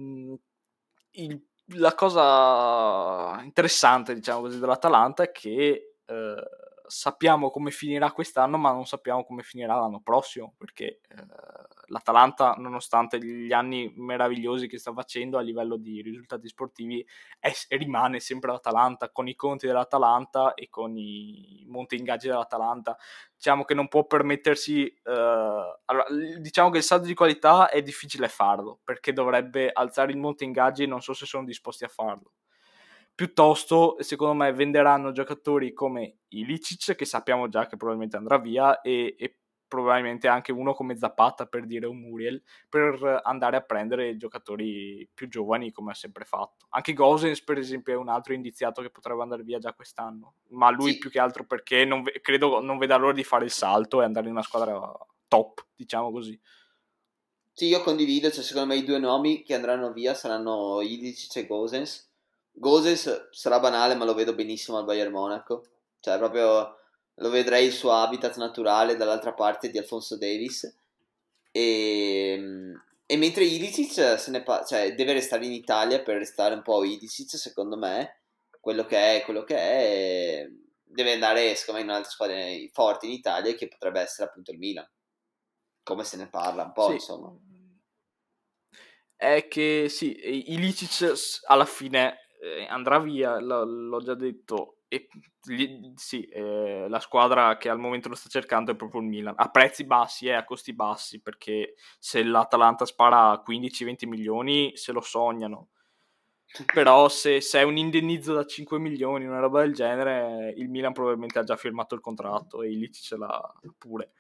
[SPEAKER 2] la cosa interessante, diciamo così, dell'Atalanta è che sappiamo come finirà quest'anno, ma non sappiamo come finirà l'anno prossimo, perché l'Atalanta, nonostante gli anni meravigliosi che sta facendo a livello di risultati sportivi, rimane sempre l'Atalanta, con i conti dell'Atalanta e con i monte ingaggi dell'Atalanta. Diciamo che non può permettersi, allora, diciamo che il salto di qualità è difficile farlo, perché dovrebbe alzare il monte ingaggi e non so se sono disposti a farlo. Piuttosto, secondo me, venderanno giocatori come Ilicic, che sappiamo già che probabilmente andrà via, e probabilmente anche uno come Zapata, per dire, un Muriel, per andare a prendere giocatori più giovani, come ha sempre fatto. Anche Gosens, per esempio, è un altro indiziato che potrebbe andare via già quest'anno, ma lui
[SPEAKER 1] Sì,
[SPEAKER 2] più che altro perché credo non veda l'ora di fare il salto e andare in una squadra top, diciamo così.
[SPEAKER 1] sì, io condivido, cioè secondo me i due nomi che andranno via saranno Ilicic e Gosens. Gosens sarà banale, ma lo vedo benissimo al Bayern Monaco. Cioè, proprio lo vedrei il suo habitat naturale dall'altra parte di Alfonso Davis. E mentre Ilicic cioè, deve restare in Italia per restare un po' Ilicic, secondo me, quello che è, deve andare, secondo me, in un'altra squadra forte in Italia, che potrebbe essere appunto il Milan. Come se ne parla un po',
[SPEAKER 2] Sì,
[SPEAKER 1] insomma.
[SPEAKER 2] è che sì, Ilicic alla fine andrà via, l'ho già detto, e sì, la squadra che al momento lo sta cercando è proprio il Milan, a prezzi bassi, a costi bassi, perché se l'Atalanta spara 15-20 milioni se lo sognano, però se è un indennizzo da 5 milioni, una roba del genere, il Milan probabilmente ha già firmato il contratto e Illich ce l'ha pure.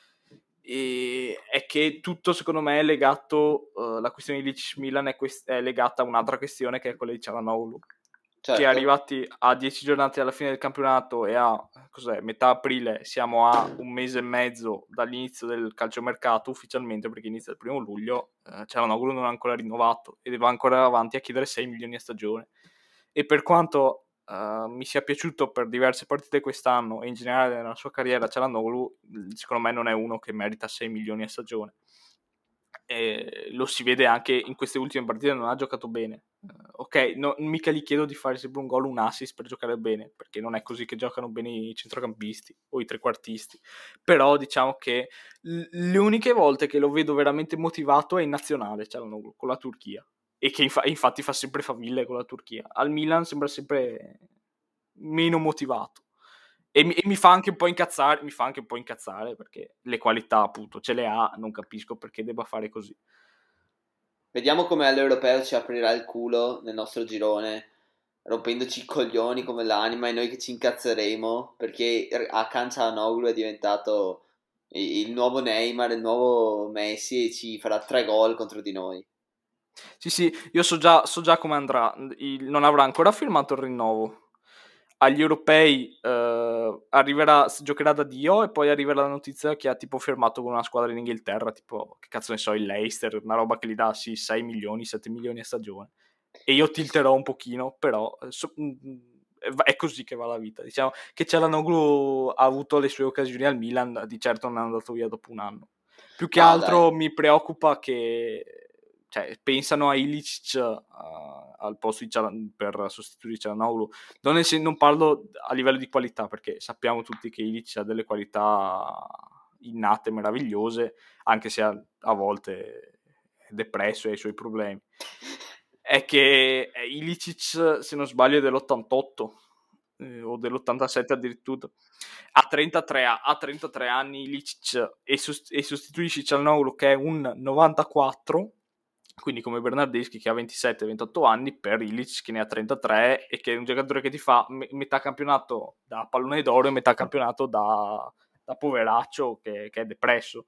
[SPEAKER 2] E è che tutto secondo me è legato, la questione di Milan è legata a un'altra questione, che è quella di Cialanoglu, che
[SPEAKER 1] Certo.
[SPEAKER 2] arrivati a 10 giornate alla fine del campionato e a metà aprile, siamo a un mese e mezzo dall'inizio del calciomercato ufficialmente, perché inizia il 1 luglio, Cialanoglu non ha ancora rinnovato e va ancora avanti a chiedere 6 milioni a stagione. E per quanto mi sia piaciuto per diverse partite quest'anno e in generale nella sua carriera Cialanoglu, secondo me non è uno che merita 6 milioni a stagione. E lo si vede anche in queste ultime partite, non ha giocato bene. Ok, mica gli chiedo di fare sempre un gol, un assist per giocare bene, perché non è così che giocano bene i centrocampisti o i trequartisti, però diciamo che le uniche volte che lo vedo veramente motivato è in nazionale, Cialanoglu, con la Turchia, e che infatti fa sempre faville con la Turchia. Al Milan sembra sempre meno motivato. E mi fa anche un po' incazzare, perché le qualità appunto ce le ha, non capisco perché debba fare così.
[SPEAKER 1] Vediamo come all'Europeo ci aprirà il culo nel nostro girone, rompendoci i coglioni come l'anima e noi che ci incazzeremo perché Hakan Çalhanoğlu è diventato il nuovo Neymar, il nuovo Messi e ci farà 3 gol contro di noi.
[SPEAKER 2] Sì, io so già come andrà. Non avrà ancora firmato il rinnovo. Agli europei giocherà da Dio e poi arriverà la notizia che ha tipo firmato con una squadra in Inghilterra, tipo, che cazzo ne so, il Leicester, una roba che gli dà sì 6 milioni, 7 milioni a stagione. E io tilterò un pochino, però è così che va la vita. Diciamo che Çalhanoğlu ha avuto le sue occasioni al Milan, di certo non è andato via dopo un anno. Più che
[SPEAKER 1] No, dai.
[SPEAKER 2] altro mi preoccupa che pensano a Ilicic al posto per sostituire Çalhanoğlu. Non parlo a livello di qualità, perché sappiamo tutti che Ilicic ha delle qualità innate meravigliose, anche se a volte è depresso e ha i suoi problemi. È che Ilicic, se non sbaglio, è dell'88 o dell'87 addirittura. A 33 anni Ilicic e sostituisci Çalhanoğlu che è un 94, quindi come Bernardeschi che ha 27-28 anni, per Ilicic che ne ha 33 e che è un giocatore che ti fa metà campionato da pallone d'oro e metà campionato da poveraccio che è depresso.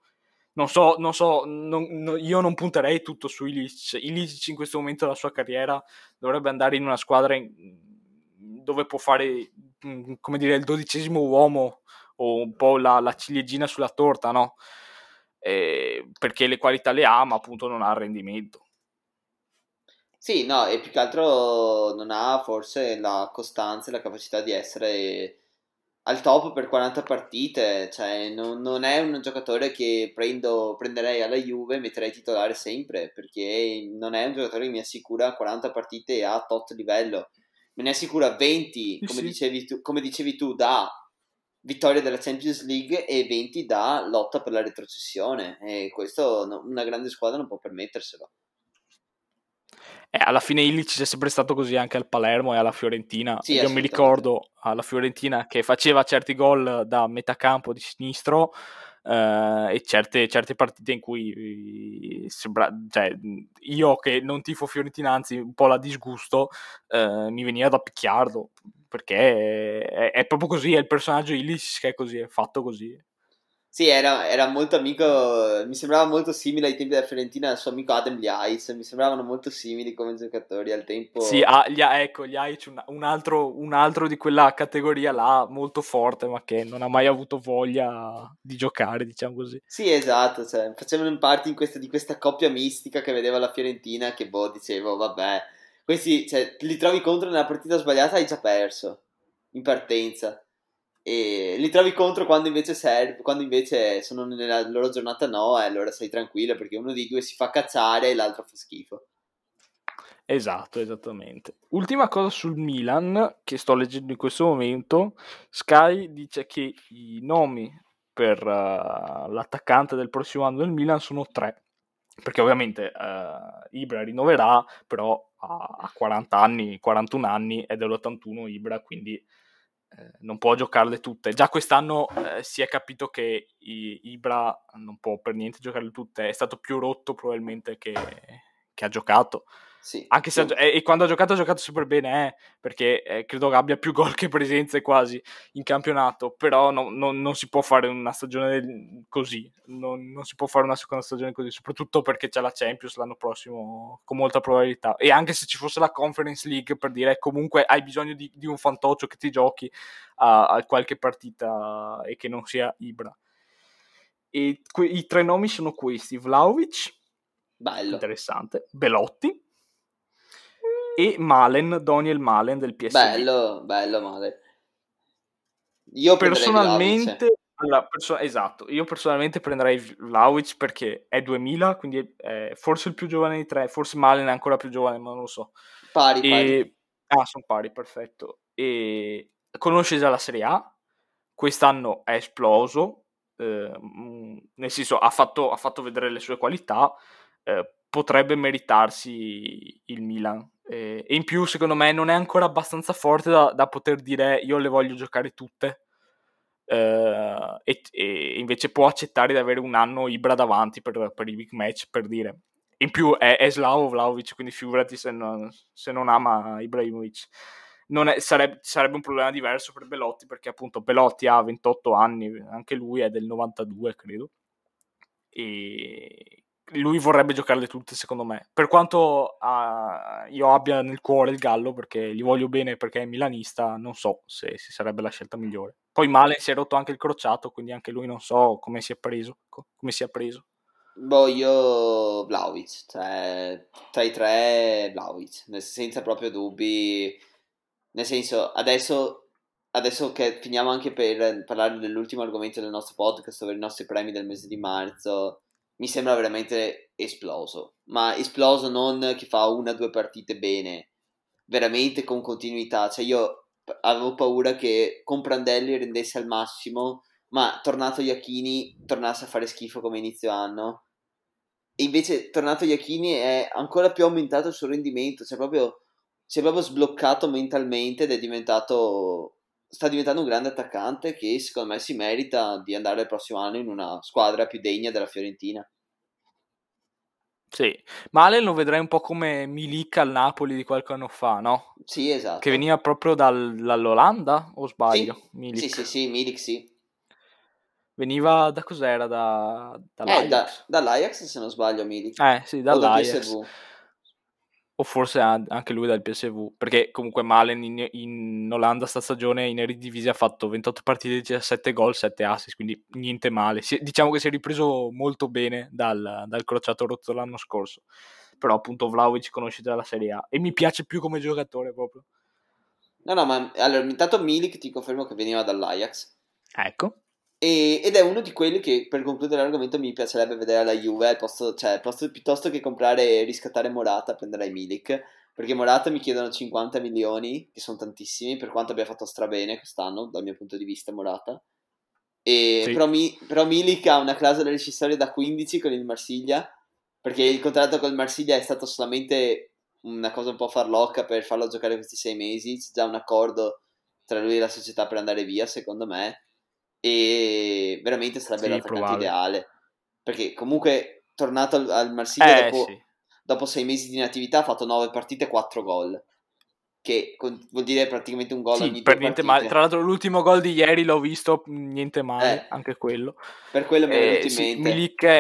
[SPEAKER 2] Io non punterei tutto su Ilicic. Ilicic in questo momento della sua carriera dovrebbe andare in una squadra dove può fare, come dire, il 12° uomo o un po' la ciliegina sulla torta, no? Perché le qualità le ha, ma appunto non ha il rendimento.
[SPEAKER 1] Sì, no, e più che altro non ha forse la costanza e la capacità di essere al top per 40 partite, cioè non è un giocatore che prenderei alla Juve e metterei titolare sempre, perché non è un giocatore che mi assicura 40 partite a tot livello, me ne assicura 20,
[SPEAKER 2] Sì.
[SPEAKER 1] come dicevi tu, da vittoria della Champions League e 20 da lotta per la retrocessione, e questo una grande squadra non può permetterselo.
[SPEAKER 2] Alla fine Illich è sempre stato così anche al Palermo e alla Fiorentina.
[SPEAKER 1] Sì,
[SPEAKER 2] Io mi
[SPEAKER 1] assolutamente.
[SPEAKER 2] ricordo alla Fiorentina che faceva certi gol da metà campo di sinistro, e certe partite in cui io che non tifo Fiorentina, anzi un po' la disgusto, mi veniva da picchiarlo, perché è proprio così, è il personaggio Illich che è così, è fatto così.
[SPEAKER 1] Sì, era molto amico, mi sembrava molto simile ai tempi della Fiorentina al suo amico Adem Liais, mi sembravano molto simili come giocatori al
[SPEAKER 2] Sì,
[SPEAKER 1] tempo.
[SPEAKER 2] ecco, gli Aic, un altro di quella categoria là, molto forte, ma che non ha mai avuto voglia di giocare, diciamo così.
[SPEAKER 1] Sì, esatto, cioè, facevano parte di questa coppia mistica che vedeva la Fiorentina che, boh, dicevo, vabbè, questi, cioè, li trovi contro nella partita sbagliata, hai già perso, in partenza. E li trovi contro quando invece serve, quando invece sono nella loro giornata no, e allora sei tranquilla perché uno dei due si fa cacciare e l'altro fa schifo.
[SPEAKER 2] Esatto, esattamente. Ultima cosa sul Milan, che sto leggendo in questo momento, Sky dice che i nomi per l'attaccante del prossimo anno del Milan sono 3. perché ovviamente Ibra rinnoverà, però ha 40 anni, 41 anni, è dell'81 Ibra, quindi non può giocarle tutte. Già quest'anno si è capito che Ibra non può per niente giocarle tutte, è stato più rotto probabilmente che ha giocato.
[SPEAKER 1] Sì,
[SPEAKER 2] Anche se e quando ha giocato super bene, perché credo che abbia più gol che presenze quasi in campionato, però non si può fare una stagione così, non si può fare una seconda stagione così, soprattutto perché c'è la Champions l'anno prossimo con molta probabilità, e anche se ci fosse la Conference League, per dire, comunque hai bisogno di un fantoccio che ti giochi a qualche partita e che non sia Ibra. E i tre nomi sono questi: Vlahovic,
[SPEAKER 1] bello.
[SPEAKER 2] interessante, Belotti e Malen, Daniel Malen del PSV.
[SPEAKER 1] Bello, bello male. Io prenderei Vlahovic.
[SPEAKER 2] Personalmente, esatto, io personalmente prenderei Vlahovic perché è 2000, quindi è forse il più giovane di tre, forse Malen è ancora più giovane, ma non lo so.
[SPEAKER 1] Pari, pari.
[SPEAKER 2] Sono pari, perfetto. E conosce già la Serie A, quest'anno è esploso, nel senso ha fatto vedere le sue qualità, potrebbe meritarsi il Milan. E in più, secondo me, non è ancora abbastanza forte da poter dire io le voglio giocare tutte. E invece può accettare di avere un anno Ibra davanti per i big match, per dire. In più è Slavo Vlahovic, quindi figurati se non ama Ibrahimovic. Sarebbe un problema diverso per Belotti, perché appunto Belotti ha 28 anni, anche lui è del 92, credo. E lui vorrebbe giocarle tutte, secondo me. Per quanto io abbia nel cuore il Gallo, perché gli voglio bene perché è milanista, non so se sarebbe la scelta migliore. Poi Malen si è rotto anche il crociato, quindi anche lui non so come si è preso. Come si è preso.
[SPEAKER 1] Boh, io Vlahovic, cioè tra i tre Vlahovic, senza proprio dubbi. Nel senso, adesso che finiamo anche per parlare dell'ultimo argomento del nostro podcast, ovvero i nostri premi del mese di marzo, mi sembra veramente esploso. Ma esploso non che fa una o due partite bene, veramente con continuità. Cioè io avevo paura che con Prandelli rendesse al massimo, ma tornato Iachini tornasse a fare schifo come inizio anno. E invece tornato Iachini è ancora più aumentato il suo rendimento, si è proprio sbloccato mentalmente ed sta diventando un grande attaccante che secondo me si merita di andare il prossimo anno in una squadra più degna della Fiorentina.
[SPEAKER 2] Sì, Malen lo vedrei un po' come Milik al Napoli di qualche anno fa, no?
[SPEAKER 1] Sì,
[SPEAKER 2] Che
[SPEAKER 1] esatto.
[SPEAKER 2] veniva proprio dall'Olanda, o sbaglio?
[SPEAKER 1] Sì, sì, sì,
[SPEAKER 2] Milik.
[SPEAKER 1] sì, Milik sì.
[SPEAKER 2] Veniva da cos'era? Dall'Ajax?
[SPEAKER 1] Dall'Ajax se non sbaglio Milik.
[SPEAKER 2] Sì,
[SPEAKER 1] O dal
[SPEAKER 2] dall'Ajax.
[SPEAKER 1] PSV.
[SPEAKER 2] O forse anche lui dal PSV, perché comunque Malen in Olanda sta stagione in Eredivisie ha fatto 28 partite, 17 gol, 7 assist, quindi niente male. Diciamo che si è ripreso molto bene dal crociato rotto l'anno scorso. Però appunto Vlahovic conosce già la Serie A e mi piace più come giocatore proprio.
[SPEAKER 1] No, no, ma allora intanto Milik ti confermo che veniva dall'Ajax.
[SPEAKER 2] Ecco.
[SPEAKER 1] Ed è uno di quelli che, per concludere l'argomento, mi piacerebbe vedere alla Juve, piuttosto che comprare e riscattare Morata, prenderei Milik, perché Morata mi chiedono 50 milioni, che sono tantissimi, per quanto abbia fatto strabene quest'anno, dal mio punto di vista Morata.
[SPEAKER 2] Sì.
[SPEAKER 1] Però Milik ha una clausola rescissoria da 15 con il Marsiglia, perché il contratto col Marsiglia è stato solamente una cosa un po' farlocca per farlo giocare questi 6 mesi, c'è già un accordo tra lui e la società per andare via, secondo me, e veramente sarebbe
[SPEAKER 2] Sì,
[SPEAKER 1] l'attaccante
[SPEAKER 2] probabile.
[SPEAKER 1] ideale, perché comunque tornato al Marsiglia
[SPEAKER 2] Sì.
[SPEAKER 1] dopo 6 mesi di inattività ha fatto 9 partite e 4 gol, che vuol dire praticamente un gol
[SPEAKER 2] Sì,
[SPEAKER 1] ogni
[SPEAKER 2] per
[SPEAKER 1] due
[SPEAKER 2] niente male. Tra
[SPEAKER 1] partite.
[SPEAKER 2] l'altro l'ultimo gol di ieri l'ho visto, niente male,
[SPEAKER 1] Eh,
[SPEAKER 2] anche quello.
[SPEAKER 1] per quello mi è venuto in
[SPEAKER 2] Sì,
[SPEAKER 1] mente.
[SPEAKER 2] Milik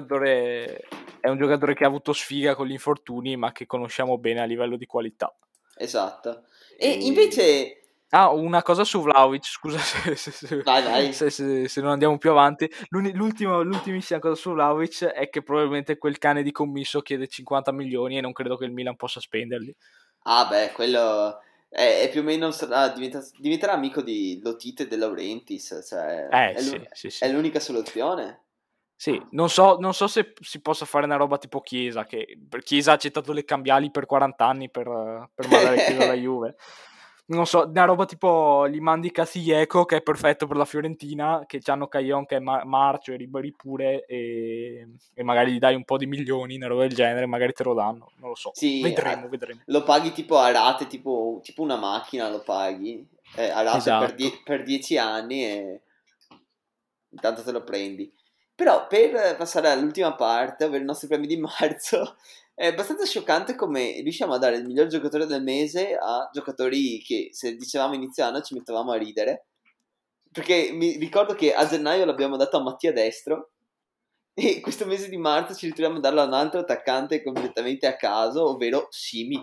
[SPEAKER 2] è un giocatore che ha avuto sfiga con gli infortuni, ma che conosciamo bene a livello di qualità.
[SPEAKER 1] Esatto. E
[SPEAKER 2] E...
[SPEAKER 1] invece,
[SPEAKER 2] una cosa su Vlahovic, scusa
[SPEAKER 1] vai, vai.
[SPEAKER 2] se non andiamo più avanti. L'ultimissima cosa su Vlahovic è che probabilmente quel cane di commisso chiede 50 milioni e non credo che il Milan possa spenderli.
[SPEAKER 1] Ah, beh, quello è più o meno diventerà amico di Lotito e De Laurentiis, cioè
[SPEAKER 2] Sì, sì,
[SPEAKER 1] è
[SPEAKER 2] sì.
[SPEAKER 1] l'unica soluzione.
[SPEAKER 2] Sì, non so se si possa fare una roba tipo Chiesa, che Chiesa ha accettato le cambiali per 40 anni per mandare Chiesa alla Juve. non so, una roba tipo gli mandi Castillejo, che è perfetto per la Fiorentina, che c'hanno Caillon che è marcio e Ribéry pure, e magari gli dai un po' di milioni, una roba del genere, magari te lo danno, non lo so,
[SPEAKER 1] Sì,
[SPEAKER 2] vedremo, vedremo.
[SPEAKER 1] lo paghi tipo a rate, tipo una macchina lo paghi, a rate
[SPEAKER 2] Esatto.
[SPEAKER 1] per 10 anni e intanto te lo prendi. Però per passare all'ultima parte, ovvero i nostri premi di marzo, è abbastanza scioccante come riusciamo a dare il miglior giocatore del mese a giocatori che se dicevamo inizio anno ci mettevamo a ridere. Perché mi ricordo che a gennaio l'abbiamo dato a Mattia Destro e questo mese di marzo ci ritroviamo a darlo a un altro attaccante completamente a caso, ovvero Simi.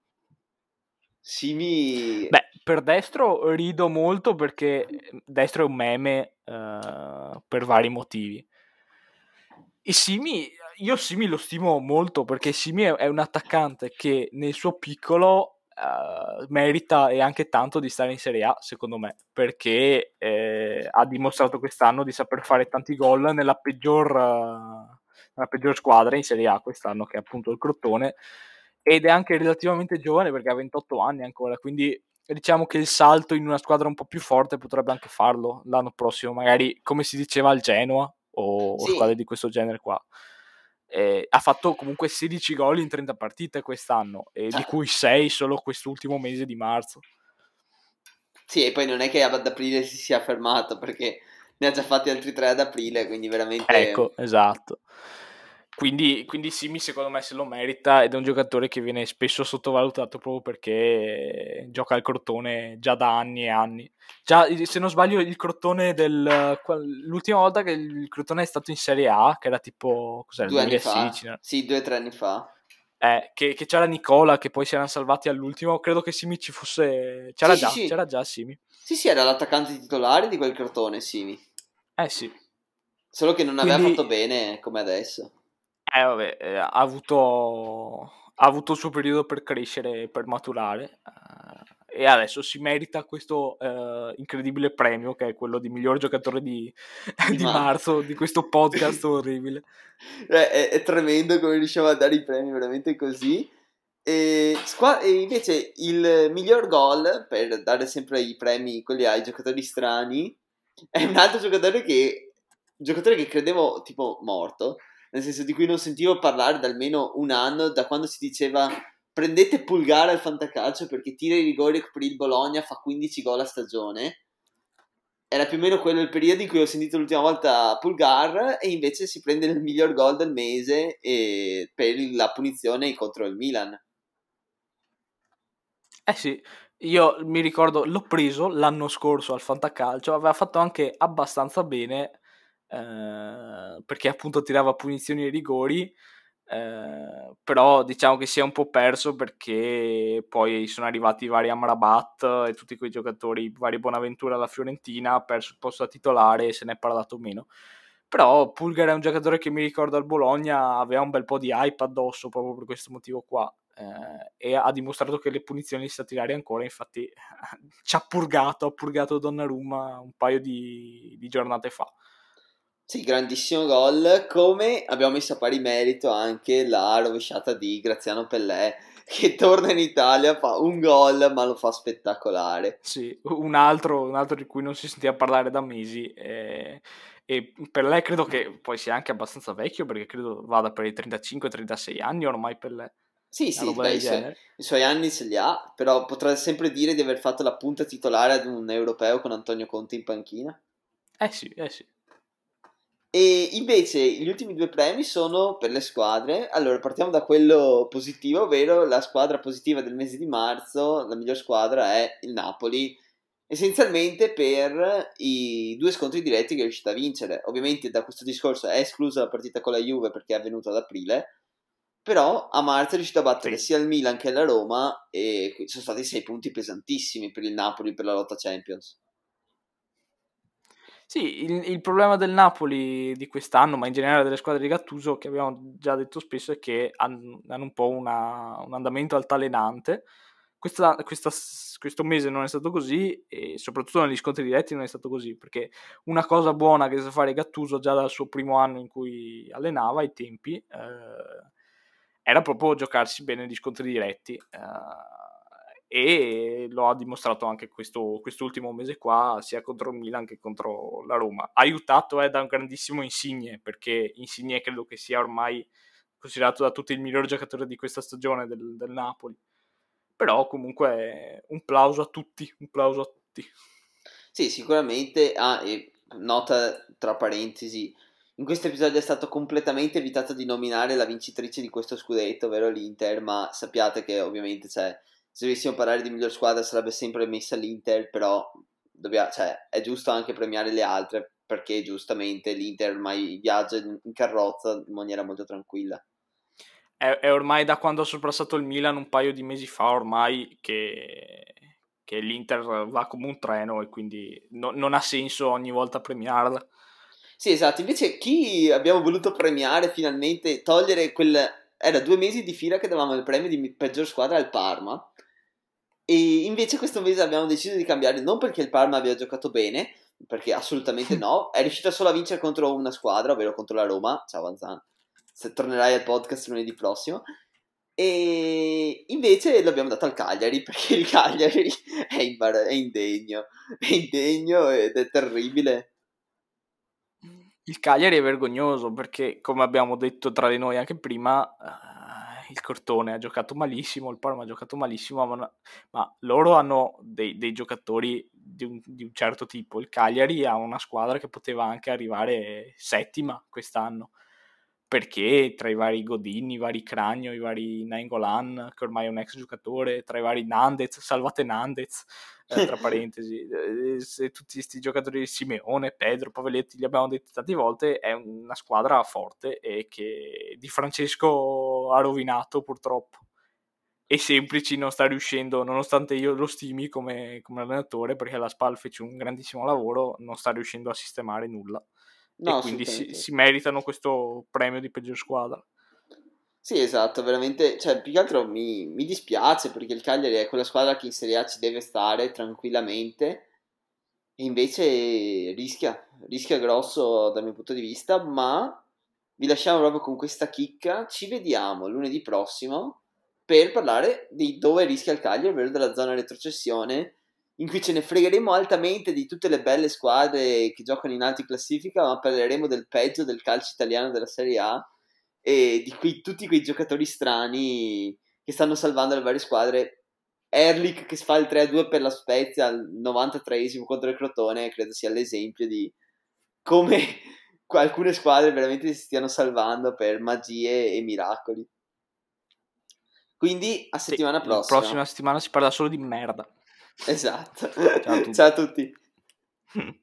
[SPEAKER 1] Simi...
[SPEAKER 2] Beh, per destro rido molto perché destro è un meme per vari motivi. E Simi lo stimo molto perché Simi è un attaccante che nel suo piccolo merita e anche tanto di stare in Serie A, secondo me, perché ha dimostrato quest'anno di saper fare tanti gol nella peggior squadra in Serie A quest'anno, che è appunto il Crotone, ed è anche relativamente giovane perché ha 28 anni ancora, quindi diciamo che il salto in una squadra un po' più forte potrebbe anche farlo l'anno prossimo, magari come si diceva al Genoa o squadre
[SPEAKER 1] Sì,
[SPEAKER 2] di questo genere qua. Ha fatto comunque 16 gol in 30 partite quest'anno, di
[SPEAKER 1] cioè,
[SPEAKER 2] cui 6 solo quest'ultimo mese di marzo.
[SPEAKER 1] sì, e poi non è che ad aprile si sia fermato perché ne ha già fatti altri 3 ad aprile, quindi veramente...
[SPEAKER 2] Ecco, esatto. Quindi Simi secondo me se lo merita ed è un giocatore che viene spesso sottovalutato proprio perché gioca al Crotone già da anni e anni. Già, se non sbaglio, il Crotone l'ultima volta che il Crotone è stato in Serie A, che era tipo, cos'era, il
[SPEAKER 1] 2 anni
[SPEAKER 2] 2016,
[SPEAKER 1] fa,
[SPEAKER 2] no?
[SPEAKER 1] sì, 2 o 3 anni fa.
[SPEAKER 2] Che c'era Nicola, che poi si erano salvati all'ultimo, credo che Simi ci fosse,
[SPEAKER 1] Sì, sì, sì,
[SPEAKER 2] c'era già Simi.
[SPEAKER 1] sì, sì, era l'attaccante titolare di quel cartone, Simi,
[SPEAKER 2] Eh sì,
[SPEAKER 1] solo che non aveva fatto
[SPEAKER 2] quindi
[SPEAKER 1] bene come adesso.
[SPEAKER 2] vabbè, ha avuto il suo periodo per crescere e per maturare, e adesso si merita questo incredibile premio che è quello di miglior giocatore di,
[SPEAKER 1] Di
[SPEAKER 2] di
[SPEAKER 1] ma...
[SPEAKER 2] marzo di questo podcast orribile.
[SPEAKER 1] È tremendo come riusciamo a dare i premi veramente così. E invece il miglior gol, per dare sempre i premi quelli ai giocatori strani, è un altro giocatore che credevo tipo morto, nel senso di cui non sentivo parlare da almeno un anno, da quando si diceva prendete Pulgare al fantacalcio perché tira i rigori per il Bologna, fa 15 gol a stagione. Era più o meno quello il periodo in cui ho sentito l'ultima volta Pulgar e invece si prende il miglior gol del mese per la punizione contro il Milan.
[SPEAKER 2] Eh sì, io mi ricordo, l'ho preso l'anno scorso al Fantacalcio, aveva fatto anche abbastanza bene, perché appunto tirava punizioni e rigori, però diciamo che si è un po' perso perché poi sono arrivati i vari Amrabat e tutti quei giocatori, vari Bonaventura alla Fiorentina, ha perso il posto da titolare e se ne è parlato meno. Però Pulgar è un giocatore che mi ricordo al Bologna aveva un bel po' di hype addosso proprio per questo motivo qua, e ha dimostrato che le punizioni li sa tirare ancora, infatti ha purgato Donnarumma un paio di giornate fa.
[SPEAKER 1] Sì, grandissimo gol, come abbiamo messo a pari merito anche la rovesciata di Graziano Pellè, che torna in Italia, fa un gol ma lo fa spettacolare.
[SPEAKER 2] Sì, un altro di cui non si sentiva parlare da mesi, e per lei credo che poi sia anche abbastanza vecchio perché credo vada per i 35-36 anni ormai per lei,
[SPEAKER 1] Sì,
[SPEAKER 2] una
[SPEAKER 1] sì,
[SPEAKER 2] roba
[SPEAKER 1] beh,
[SPEAKER 2] del genere.
[SPEAKER 1] i suoi anni ce li ha, però potrà sempre dire di aver fatto la punta titolare ad un europeo con Antonio Conte in panchina.
[SPEAKER 2] Eh sì, eh sì.
[SPEAKER 1] E invece gli ultimi due premi sono per le squadre. Allora, partiamo da quello positivo, ovvero la squadra positiva del mese di marzo, la miglior squadra è il Napoli, essenzialmente per i due scontri diretti che è riuscita a vincere. Ovviamente da questo discorso è esclusa la partita con la Juve perché è avvenuta ad aprile, però a marzo è riuscito a battere
[SPEAKER 2] Sì.
[SPEAKER 1] sia il Milan che la Roma e sono stati 6 punti pesantissimi per il Napoli per la lotta Champions.
[SPEAKER 2] Sì, il problema del Napoli di quest'anno, ma in generale delle squadre di Gattuso, che abbiamo già detto spesso, è che hanno un po' un andamento altalenante. Questo mese non è stato così e soprattutto negli scontri diretti non è stato così, perché una cosa buona che sa fare Gattuso già dal suo primo anno in cui allenava ai tempi, era proprio giocarsi bene gli scontri diretti, e lo ha dimostrato anche quest'ultimo mese qua, sia contro il Milan che contro la Roma. Aiutato da un grandissimo Insigne, perché Insigne credo che sia ormai considerato da tutti il miglior giocatore di questa stagione del Napoli. Però comunque un plauso a tutti, un plauso a tutti.
[SPEAKER 1] Sì, sicuramente. E nota tra parentesi, in questo episodio è stato completamente evitato di nominare la vincitrice di questo scudetto, ovvero l'Inter, ma sappiate che ovviamente, cioè, se dovessimo parlare di miglior squadra sarebbe sempre messa l'Inter, però è giusto anche premiare le altre, perché giustamente l'Inter ormai viaggia in carrozza in maniera molto tranquilla.
[SPEAKER 2] È ormai da quando ha sorpassato il Milan un paio di mesi fa ormai che l'Inter va come un treno e quindi non ha senso ogni volta premiarla.
[SPEAKER 1] Sì, esatto. Invece chi abbiamo voluto premiare finalmente, togliere quel... Era 2 mesi di fila che davamo il premio di peggior squadra al Parma. E invece questo mese abbiamo deciso di cambiare, non perché il Parma abbia giocato bene, perché assolutamente no, è riuscita solo a vincere contro una squadra, ovvero contro la Roma. Ciao Anzan, se tornerai al podcast lunedì prossimo. E invece l'abbiamo dato al Cagliari, perché il Cagliari è indegno ed è terribile.
[SPEAKER 2] Il Cagliari è vergognoso perché, come abbiamo detto tra di noi anche prima, il Cortone ha giocato malissimo, il Parma ha giocato malissimo, ma loro hanno dei giocatori di un certo tipo. Il Cagliari ha una squadra che poteva anche arrivare settima quest'anno, perché tra i vari Godin, i vari Cragno, i vari Nainggolan, che ormai è un ex giocatore, tra i vari Nandez, salvate Nandez, tra parentesi, se tutti questi giocatori di Simeone, Pedro, Paveletti, li abbiamo detti tante volte, è una squadra forte e che Di Francesco ha rovinato purtroppo. E Semplici non sta riuscendo, nonostante io lo stimi come allenatore, perché alla SPAL fece un grandissimo lavoro, non sta riuscendo a sistemare nulla.
[SPEAKER 1] No,
[SPEAKER 2] E quindi
[SPEAKER 1] assolutamente.
[SPEAKER 2] si meritano questo premio di peggior squadra.
[SPEAKER 1] Sì, esatto, veramente, cioè, più che altro mi dispiace perché il Cagliari è quella squadra che in Serie A ci deve stare tranquillamente e invece rischia grosso dal mio punto di vista, ma vi lasciamo proprio con questa chicca, ci vediamo lunedì prossimo per parlare di dove rischia il Cagliari, ovvero della zona retrocessione, in cui ce ne fregheremo altamente di tutte le belle squadre che giocano in alti classifica, ma parleremo del peggio del calcio italiano della Serie A e di tutti quei giocatori strani che stanno salvando le varie squadre. Erlich che fa il 3-2 per la Spezia al 93esimo contro il Crotone, credo sia l'esempio di come alcune squadre veramente si stiano salvando per magie e miracoli. Quindi a
[SPEAKER 2] Sì,
[SPEAKER 1] settimana
[SPEAKER 2] la
[SPEAKER 1] prossima.
[SPEAKER 2] prossima settimana si parla solo di merda.
[SPEAKER 1] Esatto.
[SPEAKER 2] Ciao a
[SPEAKER 1] Ciao
[SPEAKER 2] tutti.
[SPEAKER 1] a tutti.